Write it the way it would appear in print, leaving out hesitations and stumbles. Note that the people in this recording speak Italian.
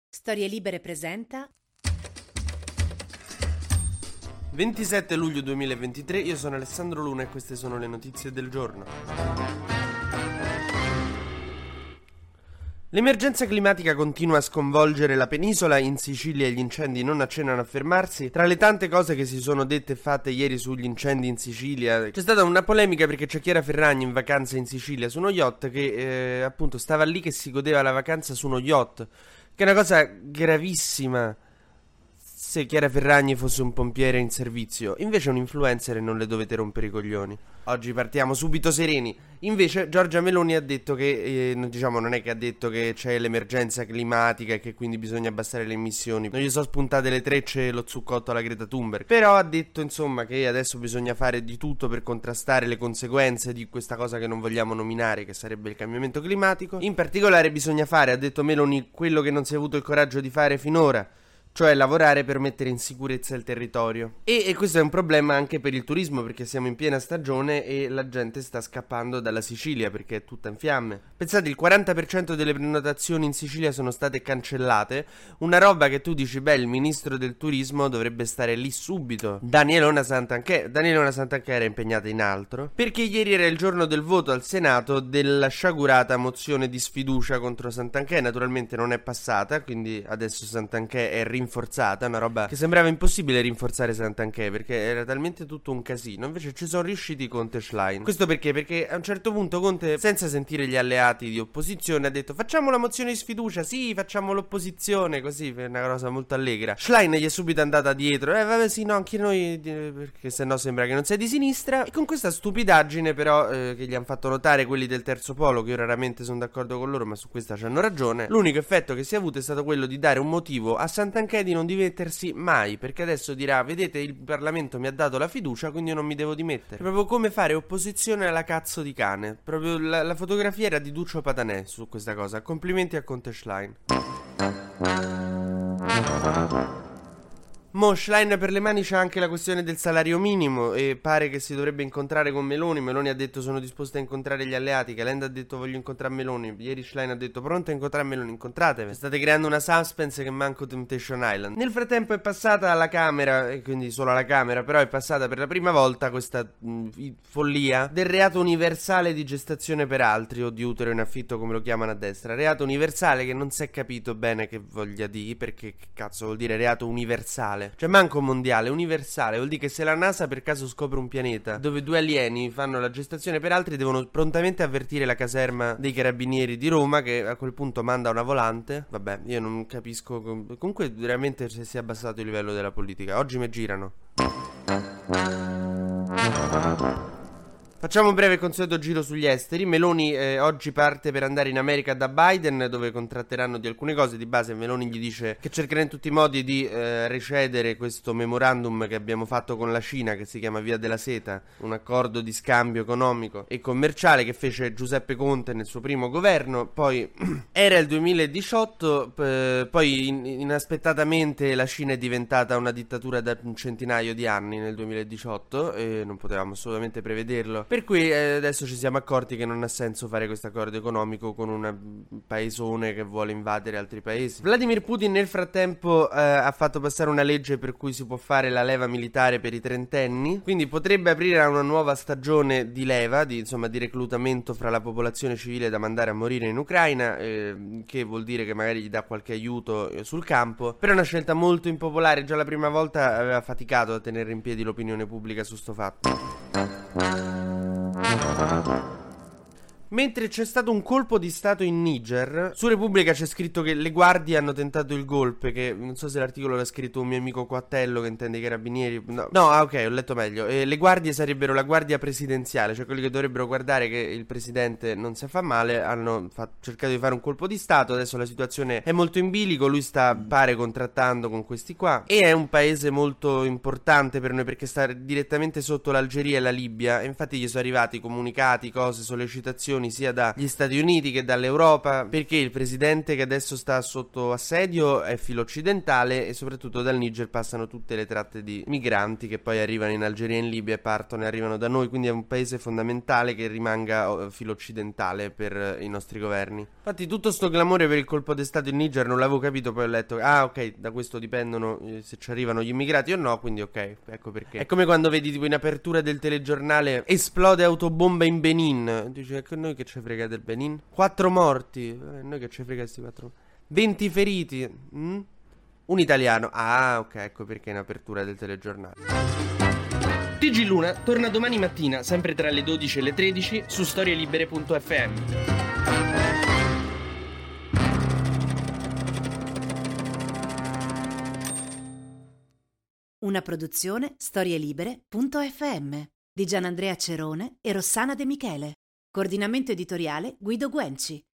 Storie Libere presenta 27 luglio 2023, io sono Alessandro Luna e queste sono le notizie del giorno. L'emergenza climatica continua a sconvolgere la penisola, in Sicilia gli incendi non accennano a fermarsi. Tra le tante cose che si sono dette e fatte ieri sugli incendi in Sicilia, c'è stata una polemica perché c'è Chiara Ferragni in vacanza in Sicilia su uno yacht che appunto stava lì che si godeva la vacanza su uno yacht, che è una cosa gravissima se Chiara Ferragni fosse un pompiere in servizio. Invece un influencer e non le dovete rompere i coglioni. Oggi partiamo subito sereni. Invece Giorgia Meloni ha detto che, non è che ha detto che c'è l'emergenza climatica e che quindi bisogna abbassare le emissioni. Non gli sono spuntate le trecce e lo zuccotto alla Greta Thunberg. Però ha detto insomma che adesso bisogna fare di tutto per contrastare le conseguenze di questa cosa che non vogliamo nominare, che sarebbe il cambiamento climatico. In particolare bisogna fare, ha detto Meloni, quello che non si è avuto il coraggio di fare finora, cioè lavorare per mettere in sicurezza il territorio. E questo è un problema anche per il turismo, perché siamo in piena stagione e la gente sta scappando dalla Sicilia perché è tutta in fiamme. Pensate, il 40% delle prenotazioni in Sicilia sono state cancellate, una roba che tu dici, beh, il ministro del turismo dovrebbe stare lì subito. Danielona Santanchè era impegnata in altro, perché ieri era il giorno del voto al Senato della sciagurata mozione di sfiducia contro Santanchè. Naturalmente non è passata, quindi adesso Santanchè è rinforzata, una roba che sembrava impossibile rinforzare Santanchè perché era talmente tutto un casino. Invece ci sono riusciti Conte e Schlein. Questo perché? Perché a un certo punto Conte, senza sentire gli alleati di opposizione, ha detto facciamo la mozione di sfiducia, sì, facciamo l'opposizione, così, per una cosa molto allegra. Schlein gli è subito andata dietro, vabbè sì, no, anche noi, perché sennò sembra che non sei di sinistra. E con questa stupidaggine però che gli hanno fatto notare quelli del terzo polo, che io raramente sono d'accordo con loro, ma su questa c'hanno ragione, l'unico effetto che si è avuto è stato quello di dare un motivo a Santanchè di non dimettersi mai, perché adesso dirà vedete il Parlamento mi ha dato la fiducia, quindi io non mi devo dimettere. È proprio come fare opposizione alla cazzo di cane. Proprio la fotografia era di Duccio Patanè su questa cosa. Complimenti a Conte Schlein. Mo Schlein per le mani c'ha anche la questione del salario minimo e pare che si dovrebbe incontrare con Meloni. Meloni ha detto sono disposta a incontrare gli alleati, Calenda ha detto voglio incontrare Meloni, ieri Schlein ha detto pronto a incontrare Meloni, incontratevi. State creando una suspense che manco Temptation Island. Nel frattempo è passata alla Camera, e quindi solo alla Camera, però è passata per la prima volta questa follia del reato universale di gestazione per altri o di utero in affitto come lo chiamano a destra. Reato universale che non si è capito bene che voglia dire, perché che cazzo vuol dire reato universale. Cioè manco mondiale, universale. Vuol dire che se la NASA per caso scopre un pianeta dove due alieni fanno la gestazione per altri, devono prontamente avvertire la caserma dei carabinieri di Roma, che a quel punto manda una volante. Vabbè, io non capisco. Comunque veramente si è abbassato il livello della politica. Oggi mi girano. Facciamo un breve consueto giro sugli esteri. Meloni oggi parte per andare in America da Biden, dove contratteranno di alcune cose. Di base Meloni gli dice che cercherà in tutti i modi di recedere questo memorandum che abbiamo fatto con la Cina, che si chiama Via della Seta, un accordo di scambio economico e commerciale che fece Giuseppe Conte nel suo primo governo. Poi era il 2018, poi inaspettatamente la Cina è diventata una dittatura da un centinaio di anni nel 2018 e non potevamo assolutamente prevederlo. Per cui adesso ci siamo accorti che non ha senso fare questo accordo economico con un paesone che vuole invadere altri paesi. Vladimir Putin nel frattempo ha fatto passare una legge per cui si può fare la leva militare per i trentenni, quindi potrebbe aprire a una nuova stagione di leva, di reclutamento fra la popolazione civile da mandare a morire in Ucraina, che vuol dire che magari gli dà qualche aiuto sul campo. Però è una scelta molto impopolare, già la prima volta aveva faticato a tenere in piedi l'opinione pubblica su sto fatto. Mentre c'è stato un colpo di stato in Niger, su Repubblica c'è scritto che le guardie hanno tentato il golpe, che non so se l'articolo l'ha scritto un mio amico Quattello che intende i carabinieri. Ok, ho letto meglio. Le guardie sarebbero la guardia presidenziale, cioè quelli che dovrebbero guardare che il presidente non si fa male, hanno cercato di fare un colpo di stato. Adesso la situazione è molto in bilico, lui sta pare contrattando con questi qua e è un paese molto importante per noi perché sta direttamente sotto l'Algeria e la Libia e infatti gli sono arrivati comunicati, cose, sollecitazioni sanzioni sia dagli Stati Uniti che dall'Europa, perché il presidente che adesso sta sotto assedio è filo occidentale e soprattutto dal Niger passano tutte le tratte di migranti che poi arrivano in Algeria e in Libia e partono e arrivano da noi, quindi è un paese fondamentale che rimanga filo occidentale per i nostri governi. Infatti tutto sto clamore per il colpo di stato in Niger non l'avevo capito, poi ho letto ok, da questo dipendono se ci arrivano gli immigrati o no, quindi ok, ecco perché. È come quando vedi tipo in apertura del telegiornale esplode autobomba in Benin, dice che noi che ci frega del Benin, 4 morti, noi che ci frega questi 4, 20 feriti, un italiano, ok, ecco perché in apertura del telegiornale. TG Luna torna domani mattina, sempre tra le 12 e le 13, su storielibere.fm. Una produzione storielibere.fm di Gianandrea Cerone e Rossana De Michele. Coordinamento editoriale Guido Guenci.